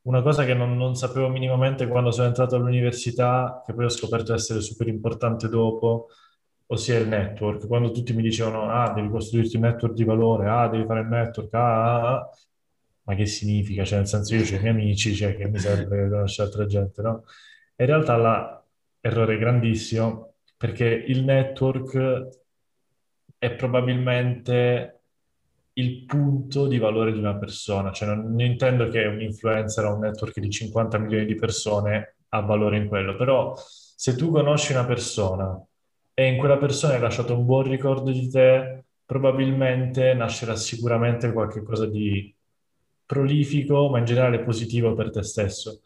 una cosa che non sapevo minimamente quando sono entrato all'università, che poi ho scoperto essere super importante dopo, ossia il network. Quando tutti mi dicevano, ah, devi costruirti un network di valore, ah, devi fare il network, ma che significa? Cioè, nel senso, io ho i miei amici, cioè, che mi serve conoscere altra gente, no? In realtà là, errore grandissimo, perché il network è probabilmente il punto di valore di una persona. Cioè, non intendo che un influencer ha un network di 50 milioni di persone ha valore in quello, però se tu conosci una persona e in quella persona hai lasciato un buon ricordo di te, probabilmente nascerà sicuramente qualcosa di prolifico, ma in generale positivo per te stesso.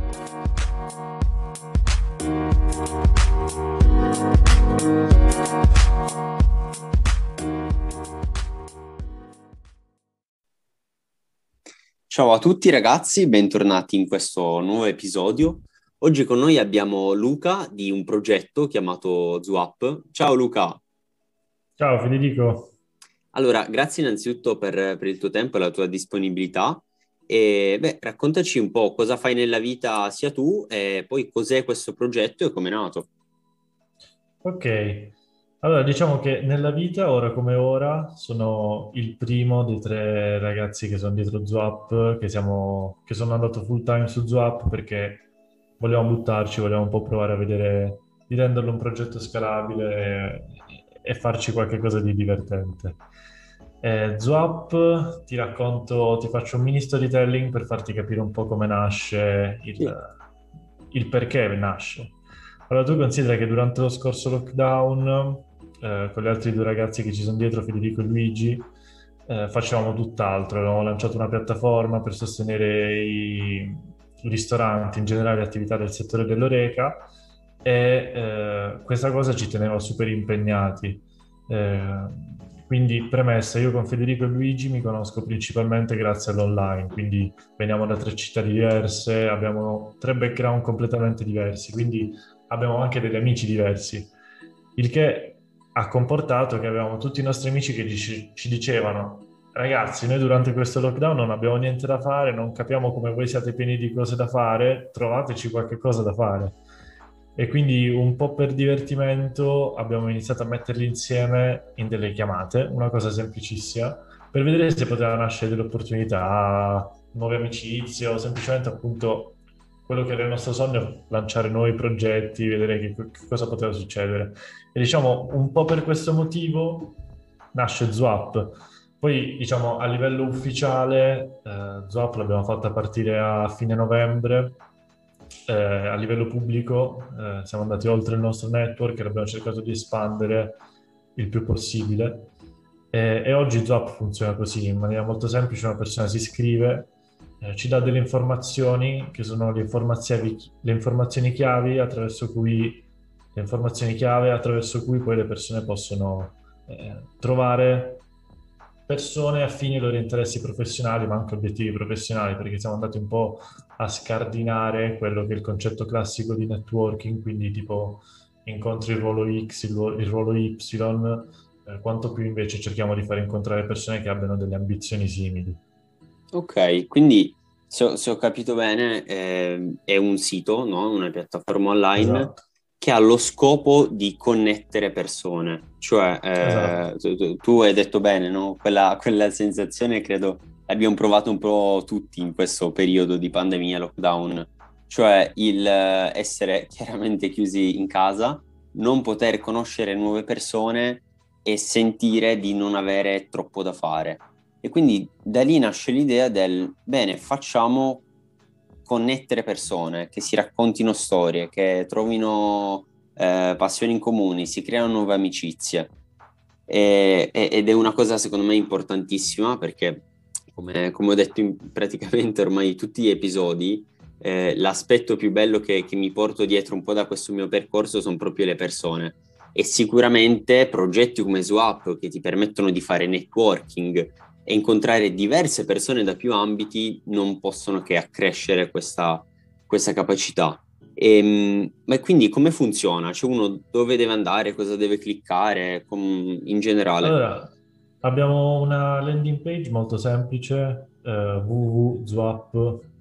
Ciao a tutti ragazzi, bentornati in questo nuovo episodio. Oggi con noi abbiamo Luca di un progetto chiamato Zwap. Ciao Luca. Ciao Federico. Allora, grazie innanzitutto per il tuo tempo e la tua disponibilità. E beh, raccontaci un po' cosa fai nella vita sia tu e poi cos'è questo progetto e come è nato. Ok, allora diciamo che nella vita, ora come ora, sono il primo dei tre ragazzi che sono dietro Zwap, che sono andato full time su Zwap perché volevamo buttarci, volevamo un po' provare a vedere di renderlo un progetto scalabile e farci qualche cosa di divertente. Zwap, ti racconto, ti faccio un mini storytelling per farti capire un po' come nasce Sì. il perché nasce. Allora, tu considera che durante lo scorso lockdown, con gli altri due ragazzi che ci sono dietro, Federico e Luigi, facevamo tutt'altro. Avevamo lanciato una piattaforma per sostenere i ristoranti, in generale le attività del settore dell'Horeca, e questa cosa ci teneva super impegnati. Quindi, premessa, io con Federico e Luigi mi conosco principalmente grazie all'online, quindi veniamo da tre città diverse, abbiamo tre background completamente diversi, quindi abbiamo anche degli amici diversi, il che ha comportato che avevamo tutti i nostri amici che ci dicevano: ragazzi, noi durante questo lockdown non abbiamo niente da fare, non capiamo come voi siate pieni di cose da fare, trovateci qualche cosa da fare. E quindi un po' per divertimento abbiamo iniziato a metterli insieme in delle chiamate, una cosa semplicissima, per vedere se poteva nascere delle opportunità, nuove amicizie o semplicemente appunto quello che era il nostro sogno, lanciare nuovi progetti, vedere che cosa poteva succedere. E diciamo un po' per questo motivo nasce Zwap. Poi diciamo a livello ufficiale Zwap l'abbiamo fatta partire a fine novembre. A livello pubblico siamo andati oltre il nostro network e l'abbiamo cercato di espandere il più possibile. E oggi Zwap funziona così, in maniera molto semplice: una persona si iscrive, ci dà delle informazioni che sono le informazioni chiavi attraverso cui poi le persone possono trovare persone affini ai loro interessi professionali, ma anche obiettivi professionali, perché siamo andati un po' a scardinare quello che è il concetto classico di networking, quindi tipo incontri il ruolo X, il ruolo Y, quanto più invece cerchiamo di far incontrare persone che abbiano delle ambizioni simili. Ok, quindi se ho capito bene, è un sito, no? Una piattaforma online Esatto, che ha lo scopo di connettere persone. Cioè, esatto. tu hai detto bene, no? Quella sensazione credo l'abbiamo provato un po' tutti in questo periodo di pandemia, lockdown. Cioè, il essere chiaramente chiusi in casa, non poter conoscere nuove persone e sentire di non avere troppo da fare. E quindi da lì nasce l'idea del bene, facciamo connettere persone, che si raccontino storie, che trovino passioni in comuni, si creano nuove amicizie. Ed è una cosa secondo me importantissima perché, come ho detto in praticamente ormai tutti gli episodi, l'aspetto più bello che mi porto dietro un po' da questo mio percorso sono proprio le persone. E sicuramente progetti come Swap che ti permettono di fare networking e incontrare diverse persone da più ambiti non possono che accrescere questa capacità. Ma quindi come funziona? C'è uno dove deve andare, cosa deve cliccare, in generale? Allora, abbiamo una landing page molto semplice, www.zwap,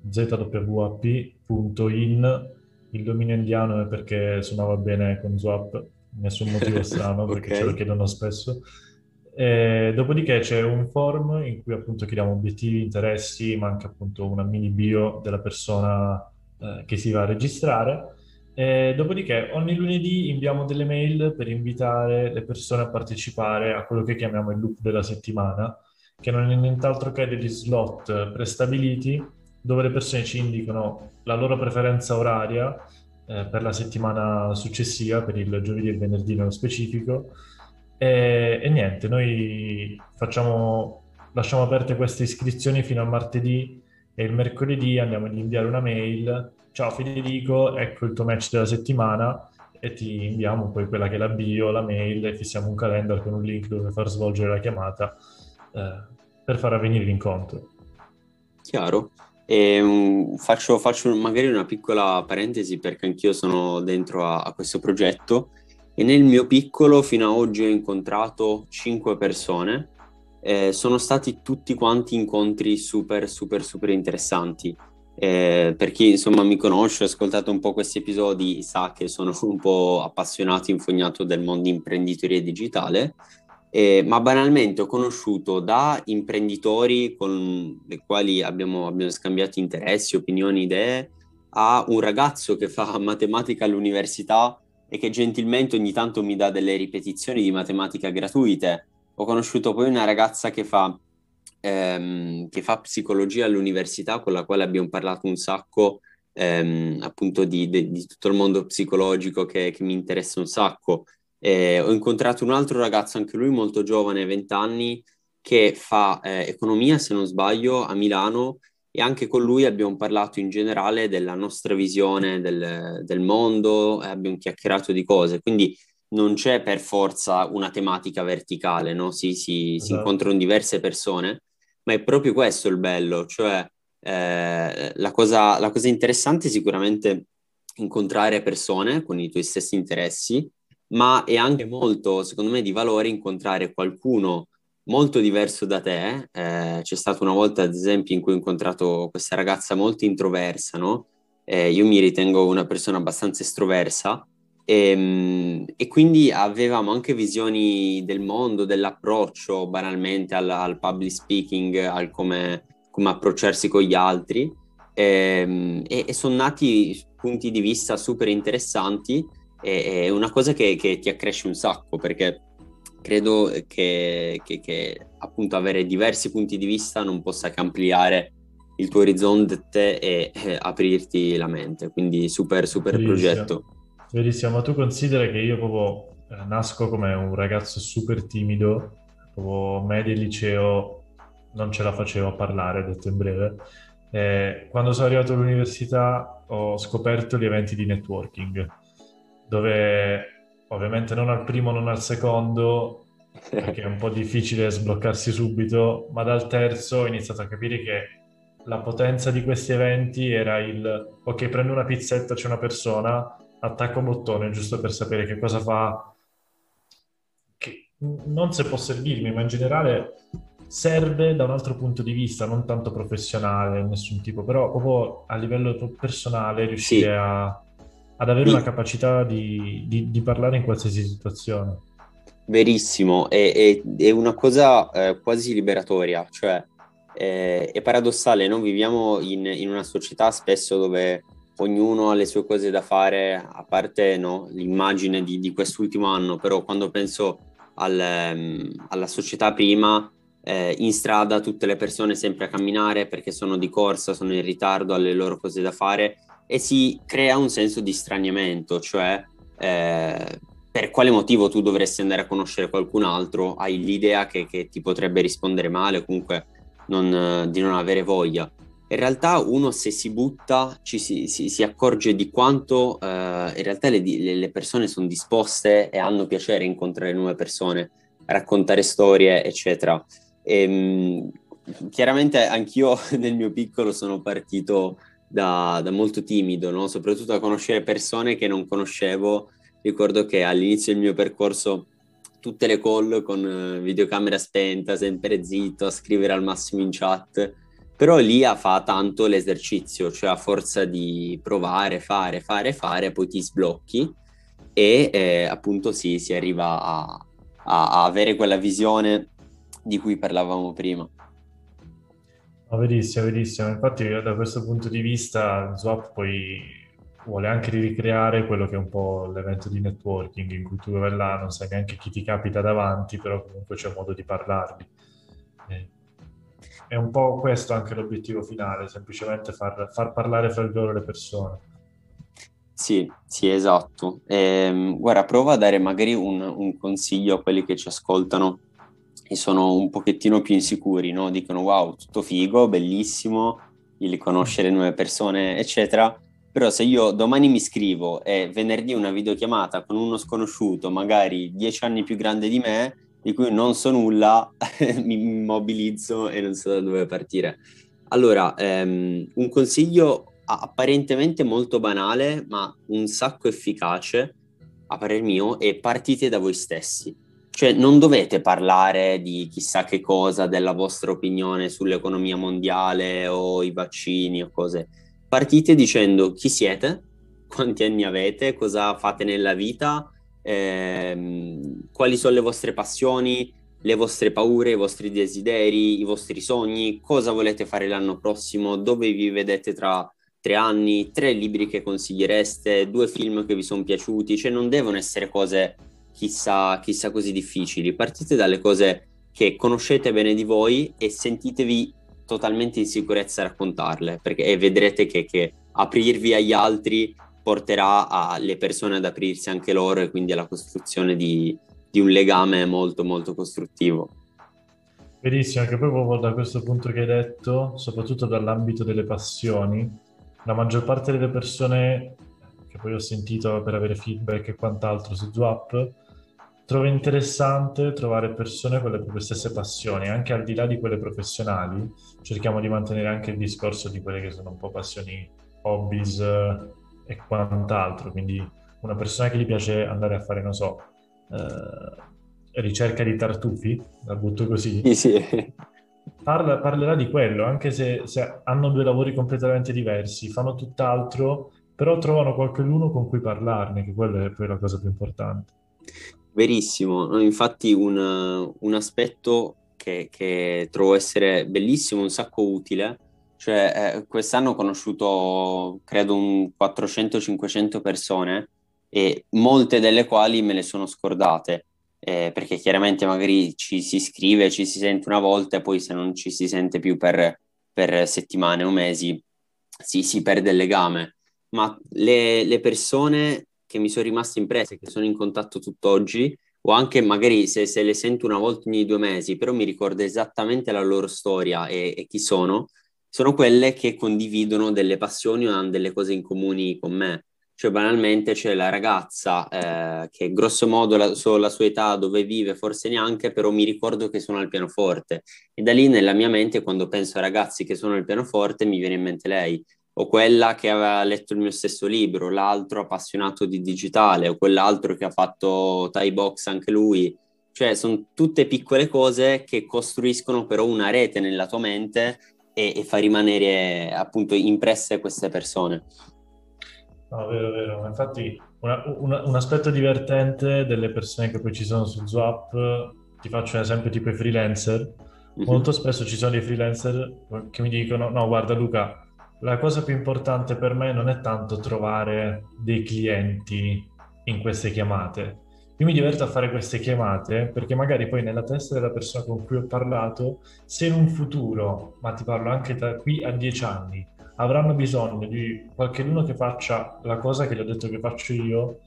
zwap.in. Il dominio indiano è perché suonava bene con Swap, nessun motivo strano Ok, perché ce lo chiedono spesso. E dopodiché c'è un form in cui appunto chiediamo obiettivi, interessi, ma anche appunto una mini bio della persona che si va a registrare. E dopodiché ogni lunedì inviamo delle mail per invitare le persone a partecipare a quello che chiamiamo il loop della settimana, che non è nient'altro che degli slot prestabiliti dove le persone ci indicano la loro preferenza oraria per la settimana successiva, per il giovedì e il venerdì nello specifico. E niente, noi lasciamo aperte queste iscrizioni fino a martedì e il mercoledì andiamo ad inviare una mail. Ciao Federico, ecco il tuo match della settimana e ti inviamo poi quella che è la bio, la mail e fissiamo un calendar con un link dove far svolgere la chiamata eh, per far avvenire l'incontro. chiaro. Faccio magari una piccola parentesi perché anch'io sono dentro a questo progetto e nel mio piccolo fino ad oggi ho incontrato 5 persone. Sono stati tutti quanti incontri super, super, super interessanti. Per chi insomma mi conosce, ha ascoltato un po' questi episodi, sa che sono un po' appassionato, infognato del mondo di imprenditoria digitale. Ma banalmente ho conosciuto da imprenditori con i quali abbiamo scambiato interessi, opinioni, idee, a un ragazzo che fa matematica all'università e che gentilmente ogni tanto mi dà delle ripetizioni di matematica gratuite. Ho conosciuto poi una ragazza che fa psicologia all'università, con la quale abbiamo parlato un sacco, appunto di tutto il mondo psicologico che mi interessa un sacco. Ho incontrato un altro ragazzo, anche lui molto giovane, 20 anni, che fa economia, se non sbaglio, a Milano e anche con lui abbiamo parlato in generale della nostra visione del mondo, abbiamo chiacchierato di cose, quindi non c'è per forza una tematica verticale, no? Si Esatto. incontrano diverse persone, ma è proprio questo il bello, cioè la cosa interessante è sicuramente incontrare persone con i tuoi stessi interessi, ma è anche molto, secondo me, di valore incontrare qualcuno molto diverso da te. C'è stata una volta, ad esempio, in cui ho incontrato questa ragazza molto introversa, no? Io mi ritengo una persona abbastanza estroversa e quindi avevamo anche visioni del mondo, dell'approccio banalmente al public speaking, al come approcciarsi con gli altri e sono nati punti di vista super interessanti è una cosa che ti accresce un sacco perché credo che appunto avere diversi punti di vista non possa che ampliare il tuo orizzonte e aprirti la mente, quindi super super Verissimo, progetto. verissimo, ma tu considera che io proprio nasco come un ragazzo super timido, proprio media e liceo non ce la facevo a parlare, detto in breve. Quando sono arrivato all'università ho scoperto gli eventi di networking, dove ovviamente non al primo, non al secondo, perché è un po' difficile sbloccarsi subito, ma dal terzo ho iniziato a capire che la potenza di questi eventi era il ok, prendo una pizzetta, c'è una persona, attacco un bottone giusto per sapere che cosa fa, che non se può servirmi, ma in generale serve da un altro punto di vista, non tanto professionale, nessun tipo, però proprio a livello personale Sì, riuscire ad avere una mi- capacità di parlare in qualsiasi situazione. verissimo, è una cosa quasi liberatoria, cioè è paradossale, no? Viviamo in una società spesso dove ognuno ha le sue cose da fare, a parte no, l'immagine di quest'ultimo anno, però quando penso alla società prima, in strada tutte le persone sempre a camminare perché sono di corsa, sono in ritardo alle loro cose da fare e si crea un senso di straniamento, cioè per quale motivo tu dovresti andare a conoscere qualcun altro? Hai l'idea che ti potrebbe rispondere male o comunque di non avere voglia. In realtà uno se si butta si accorge di quanto in realtà le persone sono disposte e hanno piacere a incontrare nuove persone, a raccontare storie, eccetera. E, chiaramente anch'io nel mio piccolo sono partito da molto timido, no? Soprattutto a conoscere persone che non conoscevo. Ricordo che all'inizio del mio percorso tutte le call con videocamera spenta, sempre zitto, a scrivere al massimo in chat. Però lì fa tanto l'esercizio, cioè a forza di provare, fare, poi ti sblocchi e appunto si arriva a avere quella visione di cui parlavamo prima. No, verissimo, verissimo. Infatti, da questo punto di vista, Swap poi vuole anche ricreare quello che è un po' l'evento di networking, in cui tu vai là, non sai neanche chi ti capita davanti, però comunque c'è modo di parlargli. Eh, È un po' questo anche l'obiettivo finale, semplicemente far parlare fra di loro le persone. Sì, sì, esatto. Guarda, prova a dare magari un consiglio a quelli che ci ascoltano e sono un pochettino più insicuri, no? Dicono wow, tutto figo, bellissimo, di conoscere nuove persone, eccetera. Però se io domani mi iscrivo e venerdì una videochiamata con uno sconosciuto, magari 10 anni più grande di me, di cui non so nulla, mi immobilizzo e non so da dove partire. Allora, un consiglio apparentemente molto banale, ma un sacco efficace, a parer mio, è partite da voi stessi. Cioè, non dovete parlare di chissà che cosa, della vostra opinione sull'economia mondiale o i vaccini o cose. Partite dicendo chi siete, quanti anni avete, cosa fate nella vita, quali sono le vostre passioni, le vostre paure, i vostri desideri, i vostri sogni, cosa volete fare l'anno prossimo, dove vi vedete tra 3 anni, 3 libri che consigliereste, 2 film che vi sono piaciuti, cioè non devono essere cose chissà così difficili. Partite dalle cose che conoscete bene di voi e sentitevi totalmente in sicurezza a raccontarle, perché e vedrete che aprirvi agli altri porterà alle persone ad aprirsi anche loro e quindi alla costruzione di un legame molto molto costruttivo. Verissimo, anche poi proprio da questo punto che hai detto, soprattutto dall'ambito delle passioni, la maggior parte delle persone che poi ho sentito per avere feedback e quant'altro su Zwap, trova interessante trovare persone con le proprie stesse passioni, anche al di là di quelle professionali. Cerchiamo di mantenere anche il discorso di quelle che sono un po' passioni, hobbies e quant'altro. Quindi una persona che gli piace andare a fare, non so, ricerca di tartufi, la butto così, Sì, sì. parlerà di quello, anche se hanno due lavori completamente diversi, fanno tutt'altro, però trovano qualcuno con cui parlarne, che quello è poi la cosa più importante. Verissimo, no, infatti un aspetto che trovo essere bellissimo, un sacco utile, cioè quest'anno ho conosciuto credo un 400-500 persone e molte delle quali me le sono scordate, perché chiaramente magari ci si scrive, ci si sente una volta e poi se non ci si sente più per settimane o mesi si perde il legame, ma le persone che mi sono rimaste impresse, che sono in contatto tutt'oggi, o anche magari se le sento una volta ogni 2 mesi, però mi ricordo esattamente la loro storia e chi sono quelle che condividono delle passioni o hanno delle cose in comuni con me. Cioè, banalmente c'è la ragazza che grosso modo la sua età, dove vive, forse neanche, però mi ricordo che suona il pianoforte. E da lì nella mia mente, quando penso a ragazzi che suonano il pianoforte, mi viene in mente lei o quella che aveva letto il mio stesso libro, l'altro appassionato di digitale, o quell'altro che ha fatto Thai box anche lui. Cioè, sono tutte piccole cose che costruiscono però una rete nella tua mente e fa rimanere appunto impresse queste persone. No, vero, vero. Ma infatti, un aspetto divertente delle persone che poi ci sono su Zwap, ti faccio un esempio tipo i freelancer. Mhm. Molto spesso ci sono dei freelancer che mi dicono: No, guarda, Luca, la cosa più importante per me non è tanto trovare dei clienti in queste chiamate. Io mi diverto a fare queste chiamate perché magari poi nella testa della persona con cui ho parlato, se in un futuro, ma ti parlo anche da qui a 10 anni, avranno bisogno di qualcuno che faccia la cosa che gli ho detto che faccio io,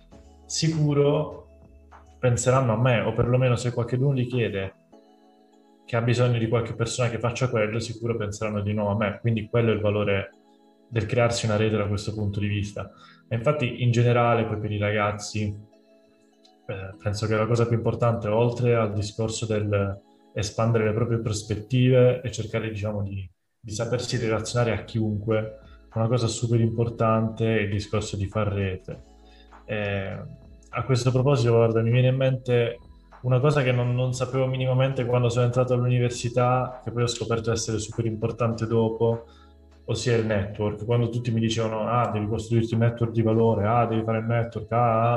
sicuro penseranno a me, o perlomeno se qualcuno gli chiede che ha bisogno di qualche persona che faccia quello, sicuro penseranno di nuovo a me. Quindi quello è il valore del crearsi una rete da questo punto di vista. E infatti in generale, poi per i ragazzi, penso che la cosa più importante, oltre al discorso del espandere le proprie prospettive e cercare, diciamo, di sapersi relazionare a chiunque, una cosa super importante è il discorso di far rete. A questo proposito, guarda, mi viene in mente una cosa che non sapevo minimamente quando sono entrato all'università, che poi ho scoperto essere super importante dopo, ossia il network. Quando tutti mi dicevano, ah, devi costruirti un network di valore, ah, devi fare il network,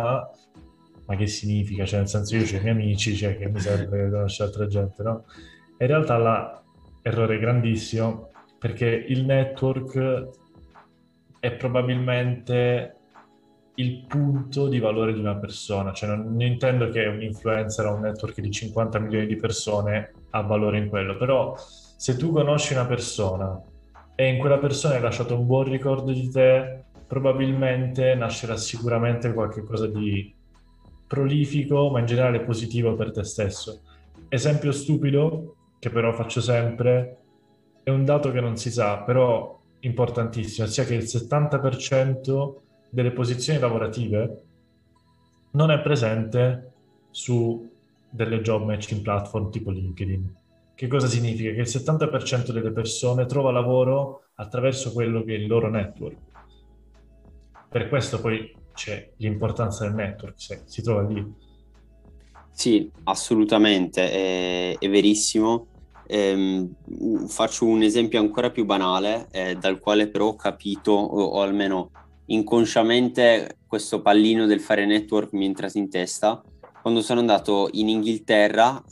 ma che significa? Cioè, nel senso io ho i miei amici, cioè, che mi serve conoscere altra gente, no? E in realtà là, errore grandissimo, perché il network è probabilmente il punto di valore di una persona, cioè non intendo che un influencer o un network di 50 milioni di persone ha valore in quello, però se tu conosci una persona e in quella persona hai lasciato un buon ricordo di te, probabilmente nascerà sicuramente qualcosa di prolifico, ma in generale positivo per te stesso. Esempio stupido, che però faccio sempre, è un dato che non si sa, però importantissimo, ossia che il 70% delle posizioni lavorative non è presente su delle job matching platform tipo LinkedIn. Che cosa significa? Che il 70% delle persone trova lavoro attraverso quello che è il loro network. Per questo poi c'è l'importanza del network, se si trova lì. Sì, assolutamente, è verissimo. Faccio un esempio ancora più banale, dal quale però ho capito, o almeno inconsciamente, questo pallino del fare network mi è entrato in testa quando sono andato in Inghilterra,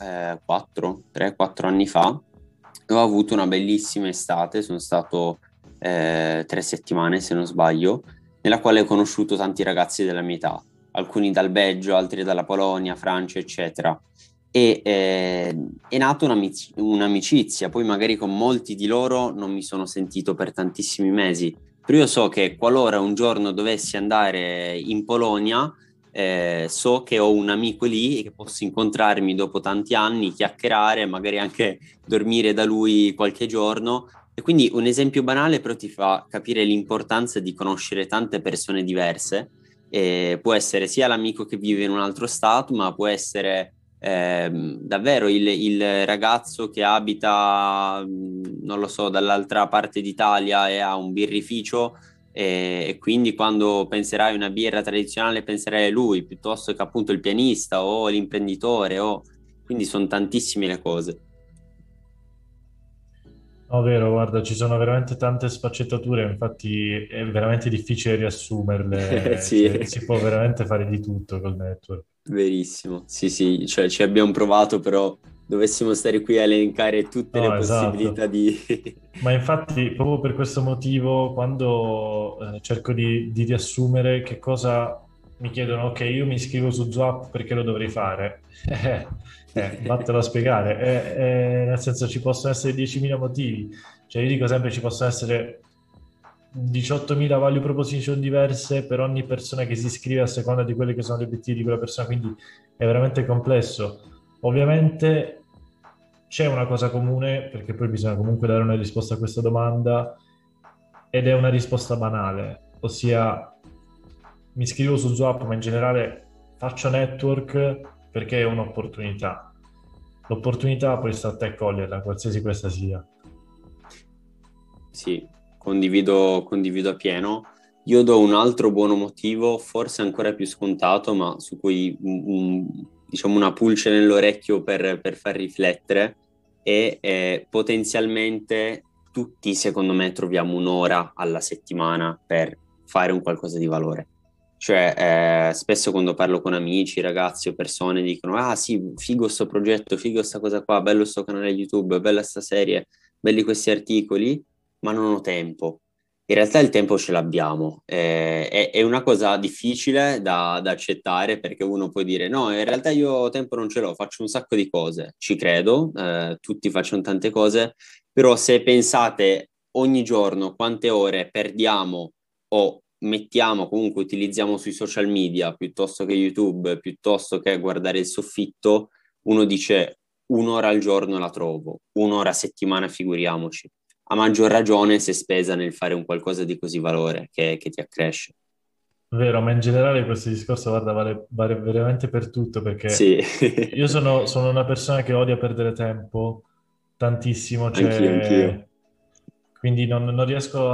3-4 anni fa. E ho avuto una bellissima estate, sono stato 3 settimane se non sbaglio, nella quale ho conosciuto tanti ragazzi della mia età, alcuni dal Belgio, altri dalla Polonia, Francia, eccetera. E è nata un'amicizia, poi magari con molti di loro non mi sono sentito per tantissimi mesi, però io so che qualora un giorno dovessi andare in Polonia, so che ho un amico lì e che posso incontrarmi dopo tanti anni, chiacchierare, magari anche dormire da lui qualche giorno. E quindi un esempio banale però ti fa capire l'importanza di conoscere tante persone diverse. Può essere sia l'amico che vive in un altro stato, ma può essere davvero il ragazzo che abita, non lo so, dall'altra parte d'Italia e ha un birrificio e quindi quando penserai a una birra tradizionale penserai a lui piuttosto che appunto il pianista o l'imprenditore quindi sono tantissime le cose. No, vero, guarda, ci sono veramente tante sfaccettature, infatti è veramente difficile riassumerle, Sì, cioè si può veramente fare di tutto col network. verissimo. Sì, sì, cioè ci abbiamo provato, però dovessimo stare qui a elencare tutte le No, esatto. possibilità di... Ma infatti, proprio per questo motivo, quando cerco di riassumere che cosa mi chiedono, ok, io mi iscrivo su Zwap perché lo dovrei fare? Vattelo a spiegare. Nel senso, ci possono essere 10.000 motivi. Cioè, io dico sempre, ci possono essere 18.000 value proposition diverse per ogni persona che si iscrive a seconda di quelli che sono gli obiettivi di quella persona, quindi è veramente complesso. Ovviamente c'è una cosa comune, perché poi bisogna comunque dare una risposta a questa domanda, ed è una risposta banale, ossia mi iscrivo su Swap, ma in generale faccio network perché è un'opportunità. L'opportunità poi sta a te coglierla, qualsiasi questa sia. Sì, condivido appieno. Io do un altro buono motivo, forse ancora più scontato, ma su cui diciamo una pulce nell'orecchio per far riflettere, e potenzialmente tutti, secondo me, troviamo un'ora alla settimana per fare un qualcosa di valore. Cioè, spesso quando parlo con amici, ragazzi o persone dicono: Ah, sì, figo sto progetto, figo sta cosa qua, bello sto canale YouTube, bella sta serie, belli questi articoli, ma non ho tempo. In realtà il tempo ce l'abbiamo. È una cosa difficile da accettare perché uno può dire: No, in realtà io tempo non ce l'ho, faccio un sacco di cose. Ci credo, tutti facciano tante cose, però se pensate ogni giorno quante ore perdiamo o mettiamo, comunque utilizziamo sui social media piuttosto che YouTube, piuttosto che guardare il soffitto, uno dice un'ora al giorno la trovo, un'ora a settimana figuriamoci. A maggior ragione se spesa nel fare un qualcosa di così valore che ti accresce. Vero, ma in generale questo discorso, guarda, vale veramente per tutto, perché Sì, io sono una persona che odia perdere tempo tantissimo, anch'io. cioè, quindi non riesco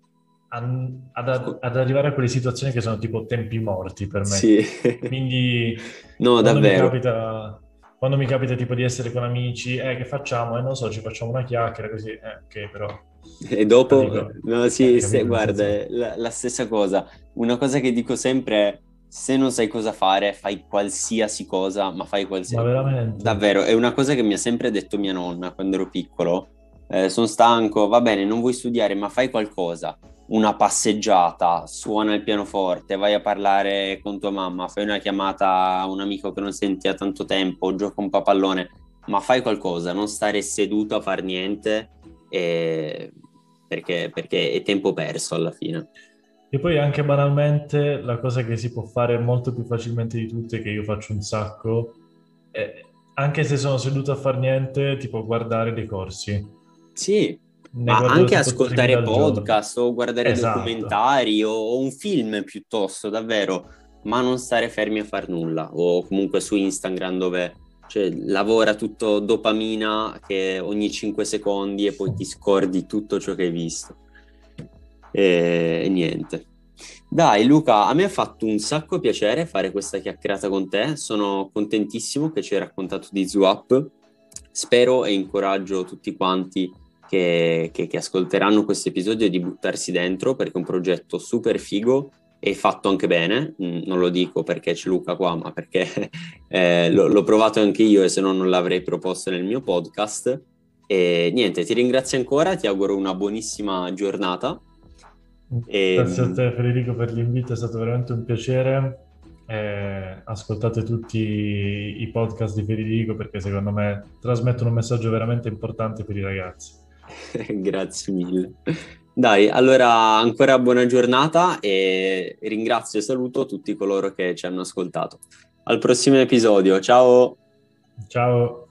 ad arrivare a quelle situazioni che sono tipo tempi morti per me. Sì, Quindi no, quando mi davvero. capita... quando mi capita tipo di essere con amici, che facciamo? Non lo so, ci facciamo una chiacchiera così, ok, però E dopo, dico, no, sì, capito, nel guarda, senso, è la stessa cosa. Una cosa che dico sempre è, se non sai cosa fare, fai qualsiasi cosa, ma fai ma qualsiasi... veramente, Davvero, è una cosa che mi ha sempre detto mia nonna quando ero piccolo. Sono stanco, va bene, non vuoi studiare, ma fai qualcosa. Una passeggiata, suona il pianoforte, vai a parlare con tua mamma, fai una chiamata a un amico che non senti da tanto tempo, gioca un po' a pallone, ma fai qualcosa, non stare seduto a far niente e- perché è tempo perso alla fine. e poi anche banalmente la cosa che si può fare molto più facilmente di tutte, che io faccio un sacco, è, anche se sono seduto a far niente, tipo guardare dei corsi. Sì, Ne ma guardo anche tipo 3.000 ascoltare al giorno. podcast o guardare Esatto. documentari o un film piuttosto, davvero, ma non stare fermi a far nulla o comunque su Instagram dove cioè, lavora tutto dopamina che ogni 5 secondi e poi ti scordi tutto ciò che hai visto. E niente. Dai, Luca, a me ha fatto un sacco piacere fare questa chiacchierata con te. Sono contentissimo che ci hai raccontato di Swap. Spero e incoraggio tutti quanti che ascolteranno questo episodio di buttarsi dentro perché è un progetto super figo e fatto anche bene. Non lo dico perché c'è Luca qua, ma perché l'ho provato anche io e se no non l'avrei proposto nel mio podcast. E niente, ti ringrazio ancora, ti auguro una buonissima giornata. E, Grazie a te Federico per l'invito, è stato veramente un piacere. Ascoltate tutti i podcast di Federico perché secondo me trasmettono un messaggio veramente importante per i ragazzi. Grazie mille. Dai, allora ancora buona giornata e ringrazio e saluto tutti coloro che ci hanno ascoltato. Al prossimo episodio, ciao! Ciao!